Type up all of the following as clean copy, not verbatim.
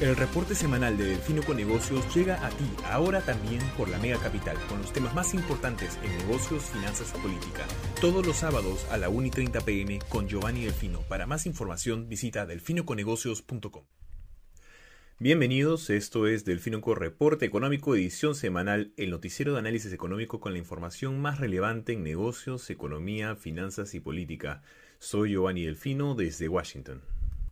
El reporte semanal de Delfino con Negocios llega a ti ahora también por la Mega Capital, con los temas más importantes en negocios, finanzas y política. Todos los sábados a la 1:30 p.m. con Giovanni Delfino. Para más información visita delfinoconegocios.com. Bienvenidos, esto es Delfino con Reporte Económico, edición semanal, el noticiero de análisis económico con la información más relevante en negocios, economía, finanzas y política. Soy Giovanni Delfino desde Washington.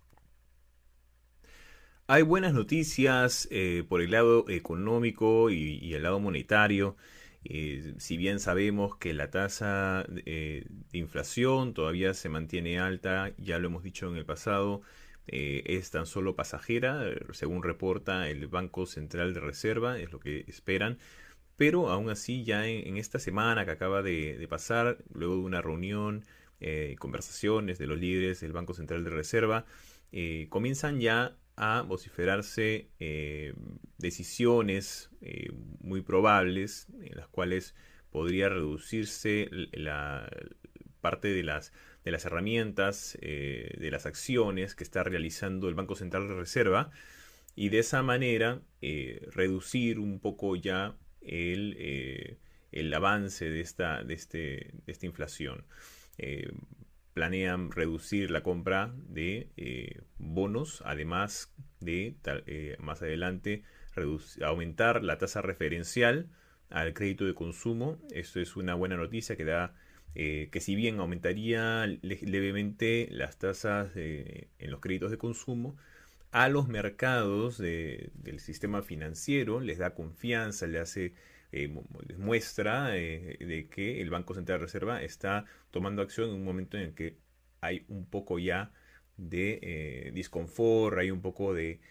Hay buenas noticias por el lado económico y el lado monetario. Si bien sabemos que la tasa de inflación todavía se mantiene alta, ya lo hemos dicho en el pasado, es tan solo pasajera, según reporta el Banco Central de Reserva, es lo que esperan. Pero aún así, ya en esta semana que acaba de pasar, luego de una reunión, conversaciones de los líderes del Banco Central de Reserva, comienzan ya a vociferarse decisiones muy probables en las cuales podría reducirse la parte de las herramientas, de las acciones que está realizando el Banco Central de Reserva, y de esa manera reducir un poco ya el avance de esta inflación. Planean reducir la compra de bonos, además de más adelante aumentar la tasa referencial al crédito de consumo. Esto es una buena noticia que da que, si bien aumentaría levemente las tasas en los créditos de consumo, a los mercados del sistema financiero les da confianza, les muestra de que el Banco Central de Reserva está tomando acción en un momento en el que hay un poco ya de disconfort, hay un poco de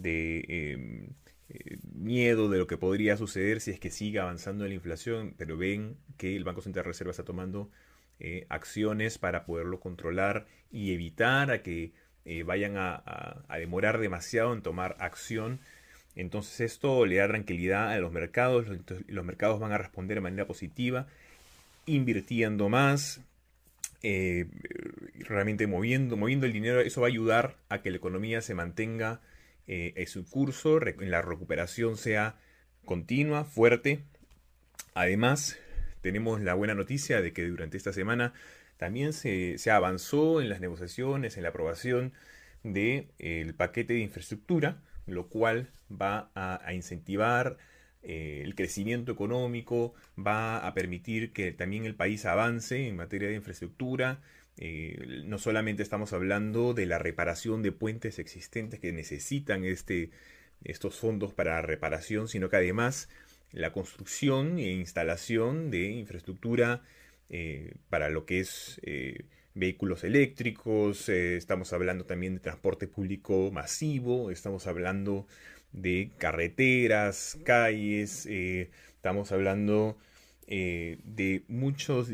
miedo de lo que podría suceder si es que sigue avanzando la inflación, pero ven que el Banco Central de Reserva está tomando acciones para poderlo controlar y evitar a que vayan a demorar demasiado en tomar acción. Entonces esto le da tranquilidad a los mercados, los mercados van a responder de manera positiva, invirtiendo más, realmente moviendo el dinero. Eso va a ayudar a que la economía se mantenga en su curso, la recuperación sea continua, fuerte. Además, tenemos la buena noticia de que durante esta semana también se avanzó en las negociaciones, en la aprobación del paquete de infraestructura, lo cual va a incentivar el crecimiento económico, va a permitir que también el país avance en materia de infraestructura. No solamente estamos hablando de la reparación de puentes existentes que necesitan estos fondos para reparación, sino que además la construcción e instalación de infraestructura para lo que es vehículos eléctricos. Estamos hablando también de transporte público masivo, estamos hablando de carreteras, calles, estamos hablando de muchos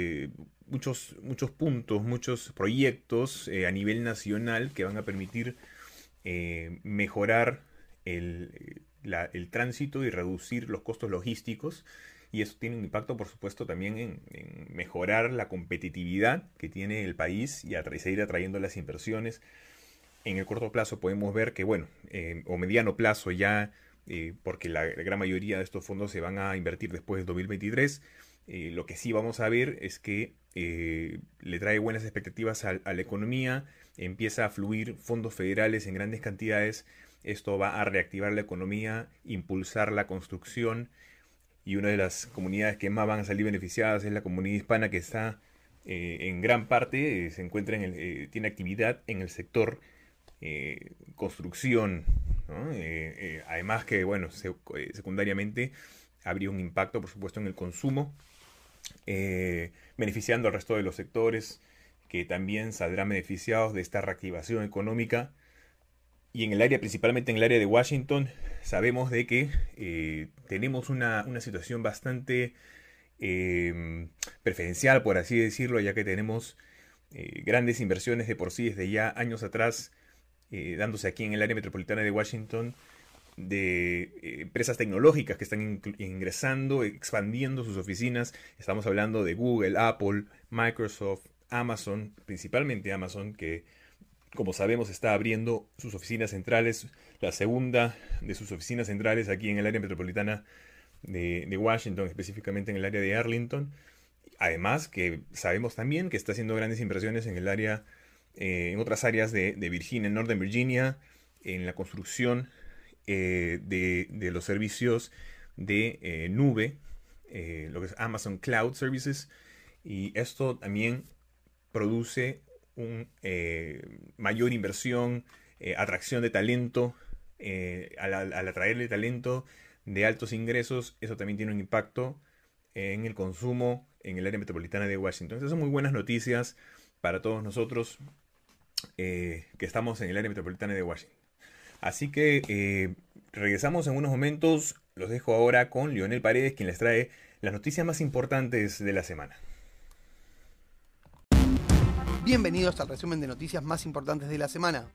puntos, muchos proyectos a nivel nacional que van a permitir mejorar el tránsito y reducir los costos logísticos. Y eso tiene un impacto, por supuesto, también en mejorar la competitividad que tiene el país y seguir atrayendo las inversiones. En el corto plazo podemos ver que, o mediano plazo ya, porque la gran mayoría de estos fondos se van a invertir después del 2023. Lo que sí vamos a ver es que le trae buenas expectativas a la economía, empieza a fluir fondos federales en grandes cantidades. Esto va a reactivar la economía, impulsar la construcción, y una de las comunidades que más van a salir beneficiadas es la comunidad hispana, que está en gran parte, se encuentra tiene actividad en el sector construcción, ¿no? Además que, secundariamente habría un impacto, por supuesto, en el consumo, beneficiando al resto de los sectores que también saldrán beneficiados de esta reactivación económica. Y principalmente en el área de Washington, sabemos de que tenemos una situación bastante preferencial, por así decirlo, ya que tenemos grandes inversiones de por sí desde ya años atrás, dándose aquí en el área metropolitana de Washington, de empresas tecnológicas que están ingresando, expandiendo sus oficinas. Estamos hablando de Google, Apple, Microsoft, Amazon, principalmente Amazon, que como sabemos, está abriendo sus oficinas centrales, la segunda de sus oficinas centrales aquí en el área metropolitana de Washington, específicamente en el área de Arlington. Además, que sabemos también que está haciendo grandes inversiones en el área, en otras áreas de Virginia, en Northern Virginia, en la construcción de los servicios de nube, lo que es Amazon Cloud Services, y esto también produce mayor inversión, atracción de talento, al atraerle talento de altos ingresos, eso también tiene un impacto en el consumo en el área metropolitana de Washington. Estas son muy buenas noticias para todos nosotros que estamos en el área metropolitana de Washington. Así que regresamos en unos momentos. Los dejo ahora con Leonel Paredes, quien les trae las noticias más importantes de la semana. Bienvenidos al resumen de noticias más importantes de la semana.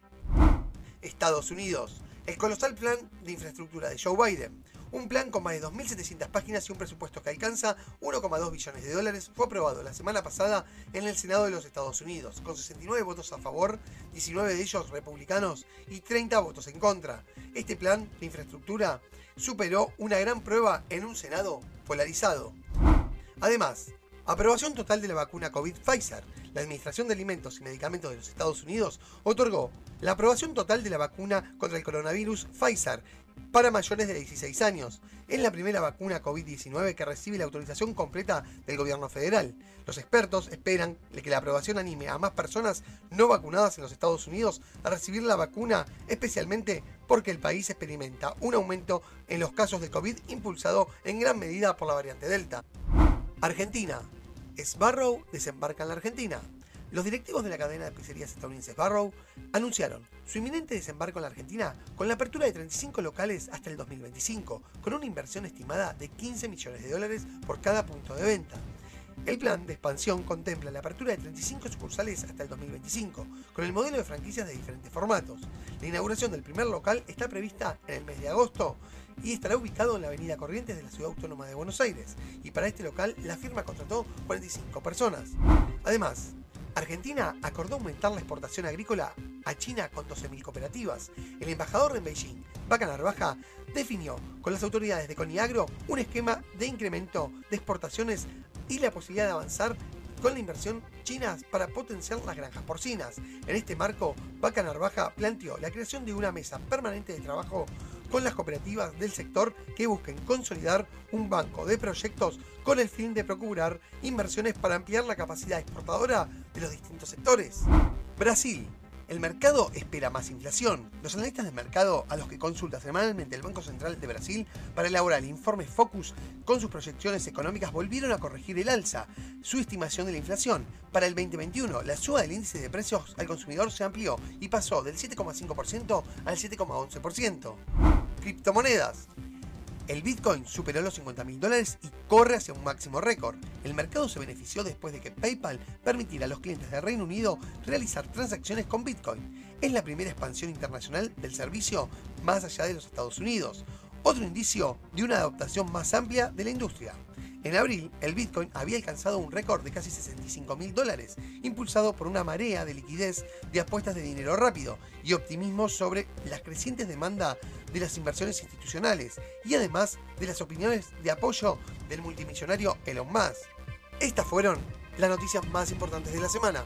Estados Unidos. El colosal plan de infraestructura de Joe Biden. Un plan con más de 2.700 páginas y un presupuesto que alcanza 1,2 billones de dólares fue aprobado la semana pasada en el Senado de los Estados Unidos, con 69 votos a favor, 19 de ellos republicanos y 30 votos en contra. Este plan de infraestructura superó una gran prueba en un Senado polarizado. Además, aprobación total de la vacuna COVID Pfizer. La Administración de Alimentos y Medicamentos de los Estados Unidos otorgó la aprobación total de la vacuna contra el coronavirus Pfizer para mayores de 16 años. Es la primera vacuna COVID-19 que recibe la autorización completa del gobierno federal. Los expertos esperan que la aprobación anime a más personas no vacunadas en los Estados Unidos a recibir la vacuna, especialmente porque el país experimenta un aumento en los casos de COVID impulsado en gran medida por la variante Delta. Argentina. Sbarro desembarca en la Argentina. Los directivos de la cadena de pizzerías estadounidense Sbarro anunciaron su inminente desembarco en la Argentina con la apertura de 35 locales hasta el 2025, con una inversión estimada de 15 millones de dólares por cada punto de venta. El plan de expansión contempla la apertura de 35 sucursales hasta el 2025, con el modelo de franquicias de diferentes formatos. La inauguración del primer local está prevista en el mes de agosto y estará ubicado en la avenida Corrientes de la Ciudad Autónoma de Buenos Aires, y para este local la firma contrató 45 personas. Además, Argentina acordó aumentar la exportación agrícola a China con 12.000 cooperativas. El embajador en Beijing, Vaca Narvaja, definió con las autoridades de Coniagro un esquema de incremento de exportaciones y la posibilidad de avanzar con la inversión china para potenciar las granjas porcinas. En este marco, Vaca Narvaja planteó la creación de una mesa permanente de trabajo con las cooperativas del sector que busquen consolidar un banco de proyectos con el fin de procurar inversiones para ampliar la capacidad exportadora de los distintos sectores. Brasil. El mercado espera más inflación. Los analistas del mercado, a los que consulta semanalmente el Banco Central de Brasil para elaborar el informe Focus con sus proyecciones económicas, volvieron a corregir el alza su estimación de la inflación. Para el 2021, la suba del índice de precios al consumidor se amplió y pasó del 7,5% al 7,11%. Criptomonedas. El Bitcoin superó los $50.000 y corre hacia un máximo récord. El mercado se benefició después de que PayPal permitiera a los clientes del Reino Unido realizar transacciones con Bitcoin. Es la primera expansión internacional del servicio más allá de los Estados Unidos, otro indicio de una adoptación más amplia de la industria. En abril, el Bitcoin había alcanzado un récord de casi $65.000, impulsado por una marea de liquidez de apuestas de dinero rápido y optimismo sobre la creciente demanda de las inversiones institucionales y además de las opiniones de apoyo del multimillonario Elon Musk. Estas fueron las noticias más importantes de la semana.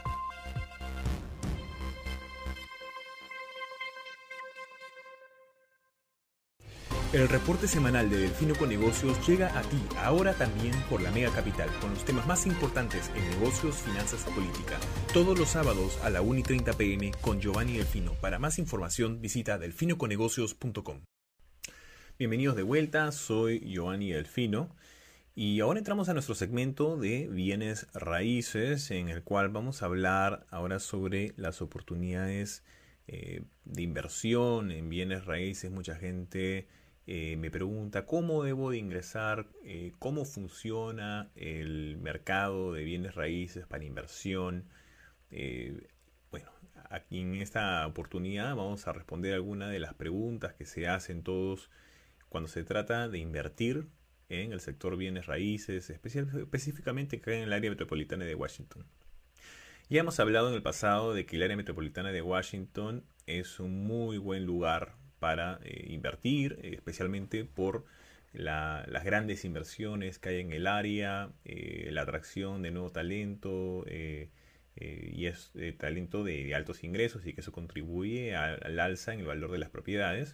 El reporte semanal de Delfino con Negocios llega a ti ahora también por la Mega Capital, con los temas más importantes en negocios, finanzas y política. Todos los sábados a la 1:30 p.m. con Giovanni Delfino. Para más información visita delfinoconegocios.com. Bienvenidos de vuelta, soy Giovanni Delfino y ahora entramos a nuestro segmento de bienes raíces, en el cual vamos a hablar ahora sobre las oportunidades de inversión en bienes raíces. Mucha gente me pregunta cómo debo de ingresar, cómo funciona el mercado de bienes raíces para inversión. Bueno, aquí en esta oportunidad vamos a responder algunas de las preguntas que se hacen todos cuando se trata de invertir en el sector bienes raíces, específicamente acá en el área metropolitana de Washington. Ya hemos hablado en el pasado de que el área metropolitana de Washington es un muy buen lugar para invertir, especialmente por las grandes inversiones que hay en el área, la atracción de nuevo talento, y es talento de altos ingresos y que eso contribuye al alza en el valor de las propiedades.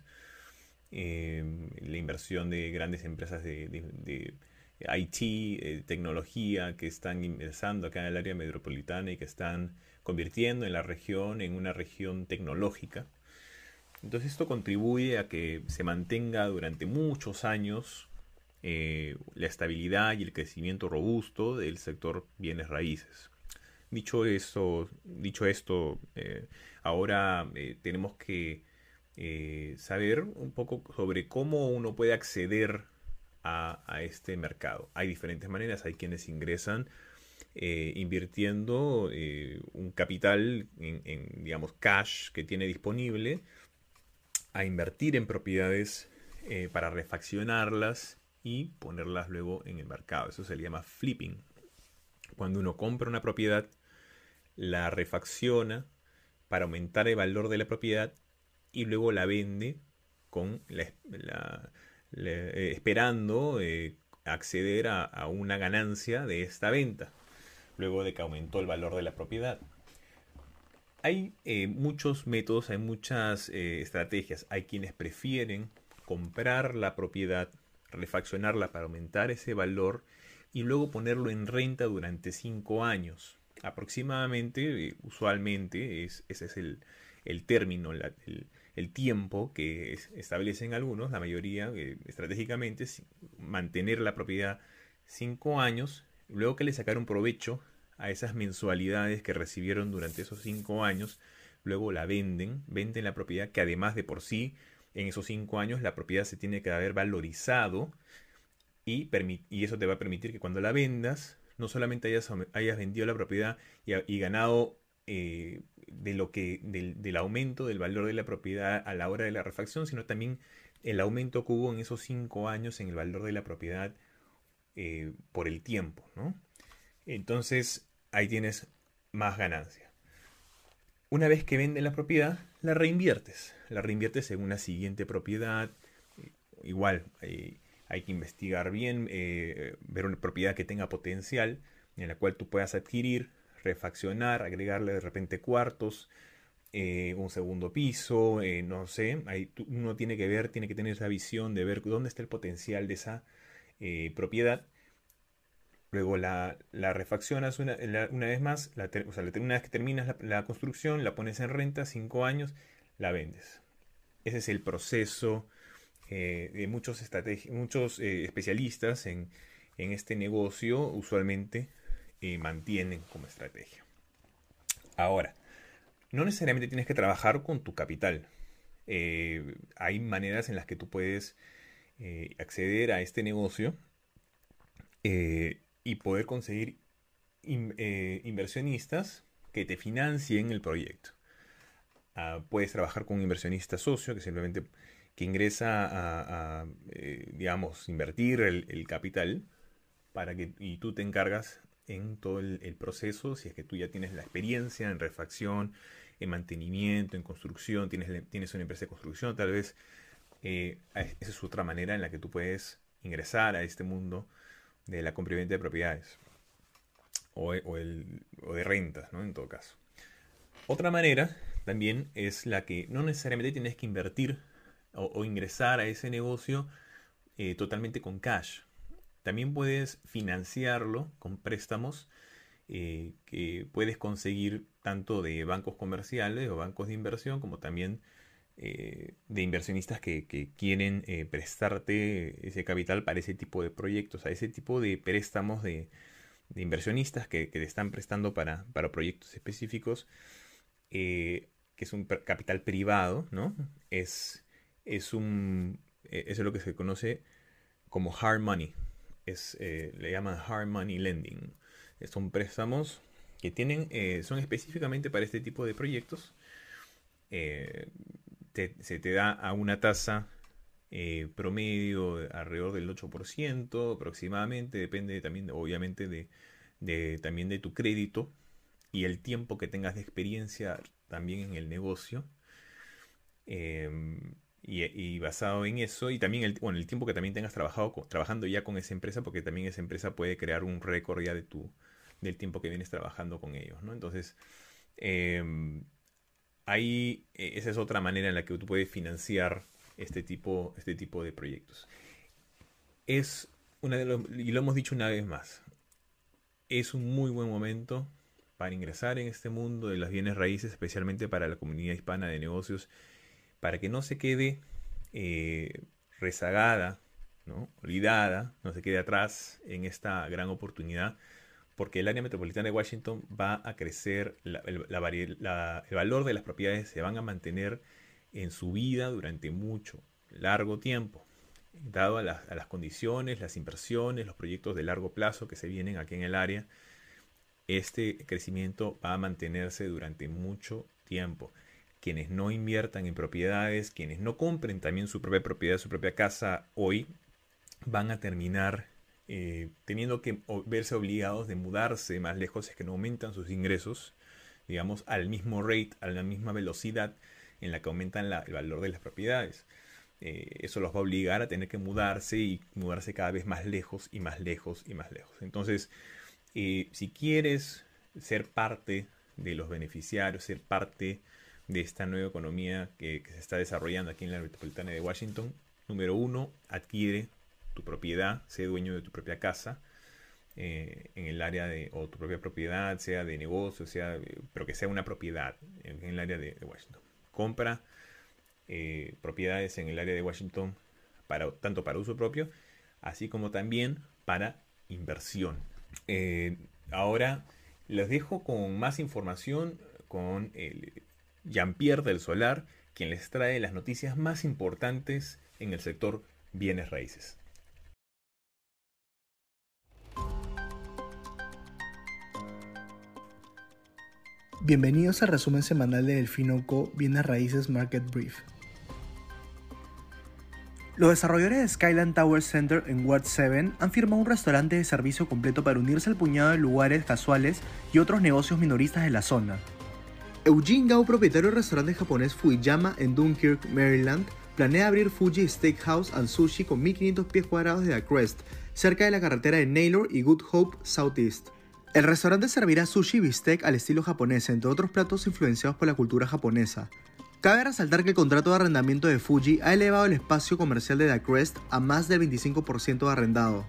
La inversión de grandes empresas de IT, tecnología, que están ingresando acá en el área metropolitana y que están convirtiendo en la región en una región tecnológica. Entonces esto contribuye a que se mantenga durante muchos años la estabilidad y el crecimiento robusto del sector bienes raíces. Dicho esto, ahora tenemos que saber un poco sobre cómo uno puede acceder a este mercado. Hay diferentes maneras, hay quienes ingresan invirtiendo un capital digamos, cash que tiene disponible, a invertir en propiedades para refaccionarlas y ponerlas luego en el mercado. Eso se le llama flipping. Cuando uno compra una propiedad, la refacciona para aumentar el valor de la propiedad y luego la vende con esperando acceder a una ganancia de esta venta, luego de que aumentó el valor de la propiedad. Hay muchos métodos, hay muchas estrategias. Hay quienes prefieren comprar la propiedad, refaccionarla para aumentar ese valor y luego ponerlo en renta durante 5 años. Aproximadamente, usualmente, ese es el término, el tiempo que establecen algunos, la mayoría estratégicamente, es mantener la propiedad 5 años, luego que le sacaron provecho a esas mensualidades que recibieron durante esos 5 años, luego la venden la propiedad, que además de por sí, en esos 5 años la propiedad se tiene que haber valorizado y eso te va a permitir que cuando la vendas, no solamente hayas vendido la propiedad y ganado del aumento del valor de la propiedad a la hora de la refacción, sino también el aumento que hubo en esos 5 años en el valor de la propiedad por el tiempo, ¿no? Entonces ahí tienes más ganancia. Una vez que vendes la propiedad, la reinviertes en una siguiente propiedad. Igual hay que investigar bien, ver una propiedad que tenga potencial, en la cual tú puedas adquirir, refaccionar, agregarle de repente cuartos, un segundo piso, no sé. Uno tiene que tener esa visión de ver dónde está el potencial de esa propiedad. Luego la refaccionas una vez más, una vez que terminas la construcción, la pones en renta, 5 años, la vendes. Ese es el proceso de muchos especialistas en este negocio, usualmente mantienen como estrategia. Ahora, no necesariamente tienes que trabajar con tu capital. Hay maneras en las que tú puedes acceder a este negocio y poder conseguir inversionistas que te financien el proyecto. Puedes trabajar con un inversionista socio que simplemente que ingresa digamos, invertir el capital y tú te encargas en todo el proceso, si es que tú ya tienes la experiencia en refacción, en mantenimiento, en construcción, tienes una empresa de construcción, tal vez esa es otra manera en la que tú puedes ingresar a este mundo de la compra y venta de propiedades o de rentas, ¿no? En todo caso. Otra manera también es la que no necesariamente tienes que invertir o ingresar a ese negocio totalmente con cash. También puedes financiarlo con préstamos que puedes conseguir tanto de bancos comerciales o bancos de inversión como también de inversionistas que quieren prestarte ese capital para ese tipo de proyectos, a ese tipo de préstamos de inversionistas que te están prestando para proyectos específicos, que es un capital privado, ¿no? Eso es lo que se conoce como hard money. Le llaman hard money lending. Son préstamos que son específicamente para este tipo de proyectos. Se te da a una tasa promedio alrededor del 8% aproximadamente, depende también obviamente también de tu crédito y el tiempo que tengas de experiencia también en el negocio. Y basado en eso, y también el tiempo que también tengas trabajando ya con esa empresa, porque también esa empresa puede crear un récord ya del tiempo que vienes trabajando con ellos, ¿no? Entonces, ahí esa es otra manera en la que tú puedes financiar este tipo de proyectos. Y lo hemos dicho una vez más, es un muy buen momento para ingresar en este mundo de las bienes raíces, especialmente para la comunidad hispana de negocios, para que no se quede rezagada, ¿no? Olvidada, no se quede atrás en esta gran oportunidad, porque el área metropolitana de Washington va a crecer, el valor de las propiedades se van a mantener en su vida durante mucho, largo tiempo, dado a las condiciones, las inversiones, los proyectos de largo plazo que se vienen aquí en el área. Este crecimiento va a mantenerse durante mucho tiempo. Quienes no inviertan en propiedades, quienes no compren también su propia propiedad, su propia casa hoy, van a terminar teniendo que verse obligados de mudarse más lejos, es que no aumentan sus ingresos, digamos, al mismo rate, a la misma velocidad en la que aumentan el valor de las propiedades. Eso los va a obligar a tener que mudarse y mudarse cada vez más lejos y más lejos y más lejos. Entonces, si quieres ser parte de los beneficiarios, ser parte de esta nueva economía que se está desarrollando aquí en la metropolitana de Washington, número 1, adquiere tu propiedad, sé dueño de tu propia casa en el área o tu propia propiedad, sea de negocio, pero que sea una propiedad en el área de Washington. Compra propiedades en el área de Washington tanto para uso propio, así como también para inversión. Ahora les dejo con más información con Jean-Pierre del Solar, quien les trae las noticias más importantes en el sector bienes raíces. Bienvenidos al resumen semanal de Delfino Co. Bienes Raíces Market Brief. Los desarrolladores de Skyland Tower Center en Ward 7 han firmado un restaurante de servicio completo para unirse al puñado de lugares casuales y otros negocios minoristas de la zona. Eugene Gao, propietario del restaurante japonés Fujiyama en Dunkirk, Maryland, planea abrir Fuji Steakhouse and Sushi con 1500 pies cuadrados de The Crest, cerca de la carretera de Naylor y Good Hope Southeast. El restaurante servirá sushi y bistec al estilo japonés, entre otros platos influenciados por la cultura japonesa. Cabe resaltar que el contrato de arrendamiento de Fuji ha elevado el espacio comercial de The Crest a más del 25% de arrendado.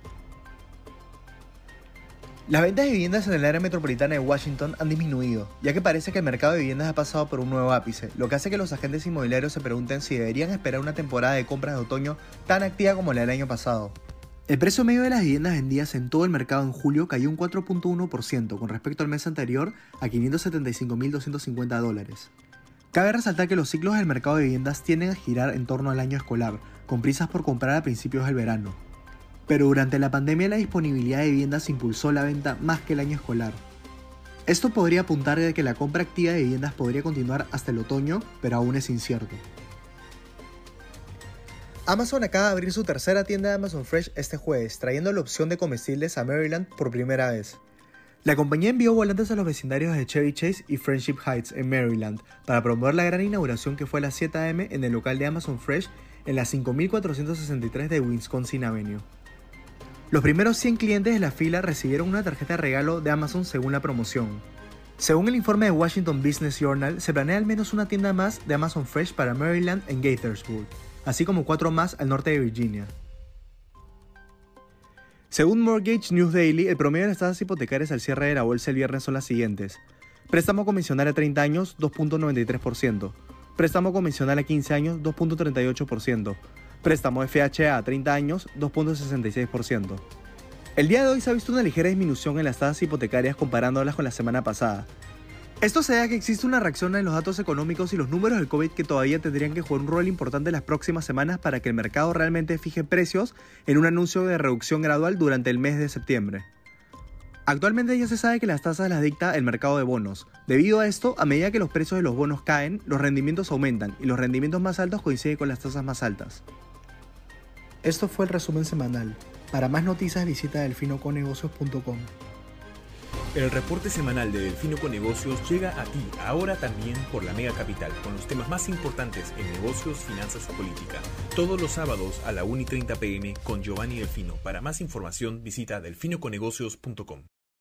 Las ventas de viviendas en el área metropolitana de Washington han disminuido, ya que parece que el mercado de viviendas ha pasado por un nuevo ápice, lo que hace que los agentes inmobiliarios se pregunten si deberían esperar una temporada de compras de otoño tan activa como la del año pasado. El precio medio de las viviendas vendidas en todo el mercado en julio cayó un 4.1% con respecto al mes anterior a $575.250. Cabe resaltar que los ciclos del mercado de viviendas tienden a girar en torno al año escolar, con prisas por comprar a principios del verano. Pero durante la pandemia la disponibilidad de viviendas impulsó la venta más que el año escolar. Esto podría apuntar de que la compra activa de viviendas podría continuar hasta el otoño, pero aún es incierto. Amazon acaba de abrir su tercera tienda de Amazon Fresh este jueves, trayendo la opción de comestibles a Maryland por primera vez. La compañía envió volantes a los vecindarios de Chevy Chase y Friendship Heights en Maryland para promover la gran inauguración que fue a las 7 a.m. en el local de Amazon Fresh en la 5463 de Wisconsin Avenue. Los primeros 100 clientes de la fila recibieron una tarjeta de regalo de Amazon según la promoción. Según el informe de Washington Business Journal, se planea al menos una tienda más de Amazon Fresh para Maryland en Gaithersburg, así como 4 más al norte de Virginia. Según Mortgage News Daily, el promedio de las tasas hipotecarias al cierre de la bolsa el viernes son las siguientes: préstamo convencional a 30 años, 2.93%, préstamo convencional a 15 años, 2.38%, préstamo FHA a 30 años, 2.66%. El día de hoy se ha visto una ligera disminución en las tasas hipotecarias comparándolas con la semana pasada. Esto se debe a que existe una reacción en los datos económicos y los números del COVID que todavía tendrían que jugar un rol importante en las próximas semanas para que el mercado realmente fije precios en un anuncio de reducción gradual durante el mes de septiembre. Actualmente ya se sabe que las tasas las dicta el mercado de bonos. Debido a esto, a medida que los precios de los bonos caen, los rendimientos aumentan y los rendimientos más altos coinciden con las tasas más altas. Esto fue el resumen semanal. Para más noticias visita delfinoconegocios.com. El reporte semanal de Delfino con Negocios llega a ti ahora también por la Mega Capital, con los temas más importantes en negocios, finanzas y política. Todos los sábados a la 1:30 p.m. con Giovanni Delfino. Para más información visita delfinoconegocios.com.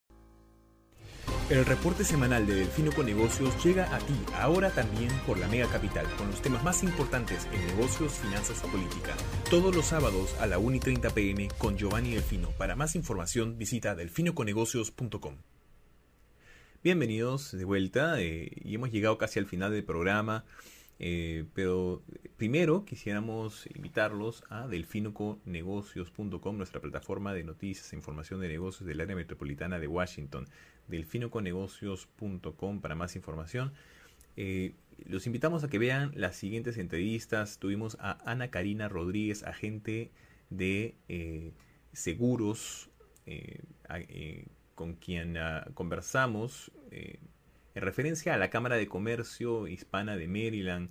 El reporte semanal de Delfino con Negocios llega a ti ahora también por la Mega Capital, con los temas más importantes en negocios, finanzas y política. Todos los sábados a la 1:30 p.m. con Giovanni Delfino. Para más información visita delfinoconegocios.com. Bienvenidos de vuelta y hemos llegado casi al final del programa, pero primero quisiéramos invitarlos a delfinoconegocios.com, nuestra plataforma de noticias e información de negocios del área metropolitana de Washington. delfinoconegocios.com para más información. Los invitamos a que vean las siguientes entrevistas. Tuvimos a Ana Karina Rodríguez, agente de seguros, con quien conversamos en referencia a la Cámara de Comercio Hispana de Maryland.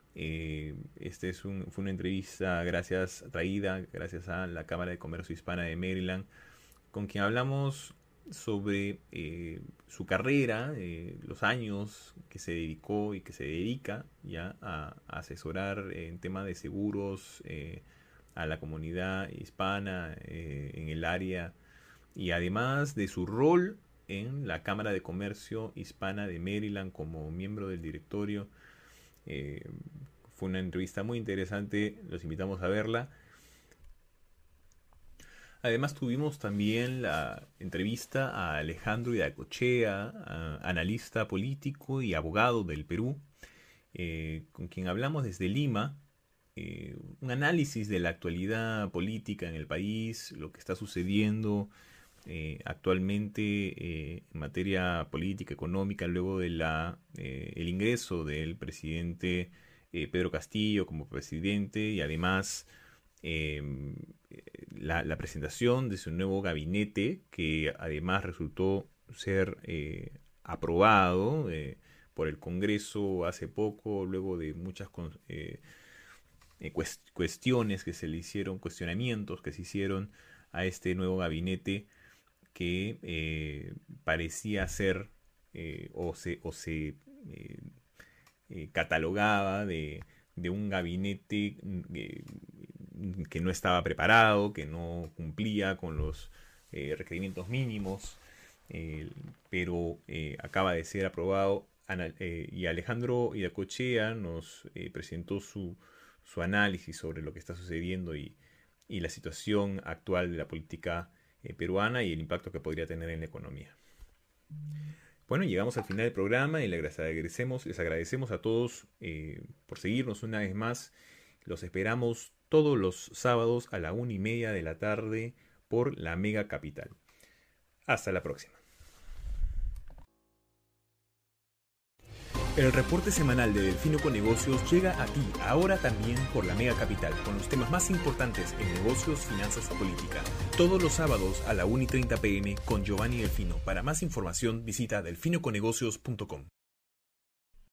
Fue una entrevista traída gracias a la Cámara de Comercio Hispana de Maryland, con quien hablamos sobre su carrera, los años que se dedicó y que se dedica ya a asesorar en temas de seguros a la comunidad hispana en el área, y además de su rol en la Cámara de Comercio Hispana de Maryland como miembro del directorio. Fue una entrevista muy interesante, los invitamos a verla. Además tuvimos también la entrevista a Alejandro Idacochea, analista político y abogado del Perú, con quien hablamos desde Lima, un análisis de la actualidad política en el país, lo que está sucediendo actualmente en materia política, económica, luego de el ingreso del presidente Pedro Castillo como presidente, y además la presentación de su nuevo gabinete, que además resultó ser aprobado por el Congreso hace poco, luego de muchas cuestiones que se le hicieron, cuestionamientos que se hicieron a este nuevo gabinete, que parecía ser o se catalogaba de un gabinete que no estaba preparado, que no cumplía con los requerimientos mínimos, pero acaba de ser aprobado. Y Alejandro Idacochea nos presentó su análisis sobre lo que está sucediendo y la situación actual de la política peruana y el impacto que podría tener en la economía. Bueno, llegamos al final del programa y les agradecemos a todos por seguirnos una vez más. Los esperamos todos los sábados a la 1:30 de la tarde por la Mega Capital. Hasta la próxima. El reporte semanal de Delfino con Negocios llega a ti ahora también por la Mega Capital, con los temas más importantes en negocios, finanzas y política. Todos los sábados a la 1:30 p.m. con Giovanni Delfino. Para más información visita delfinoconegocios.com.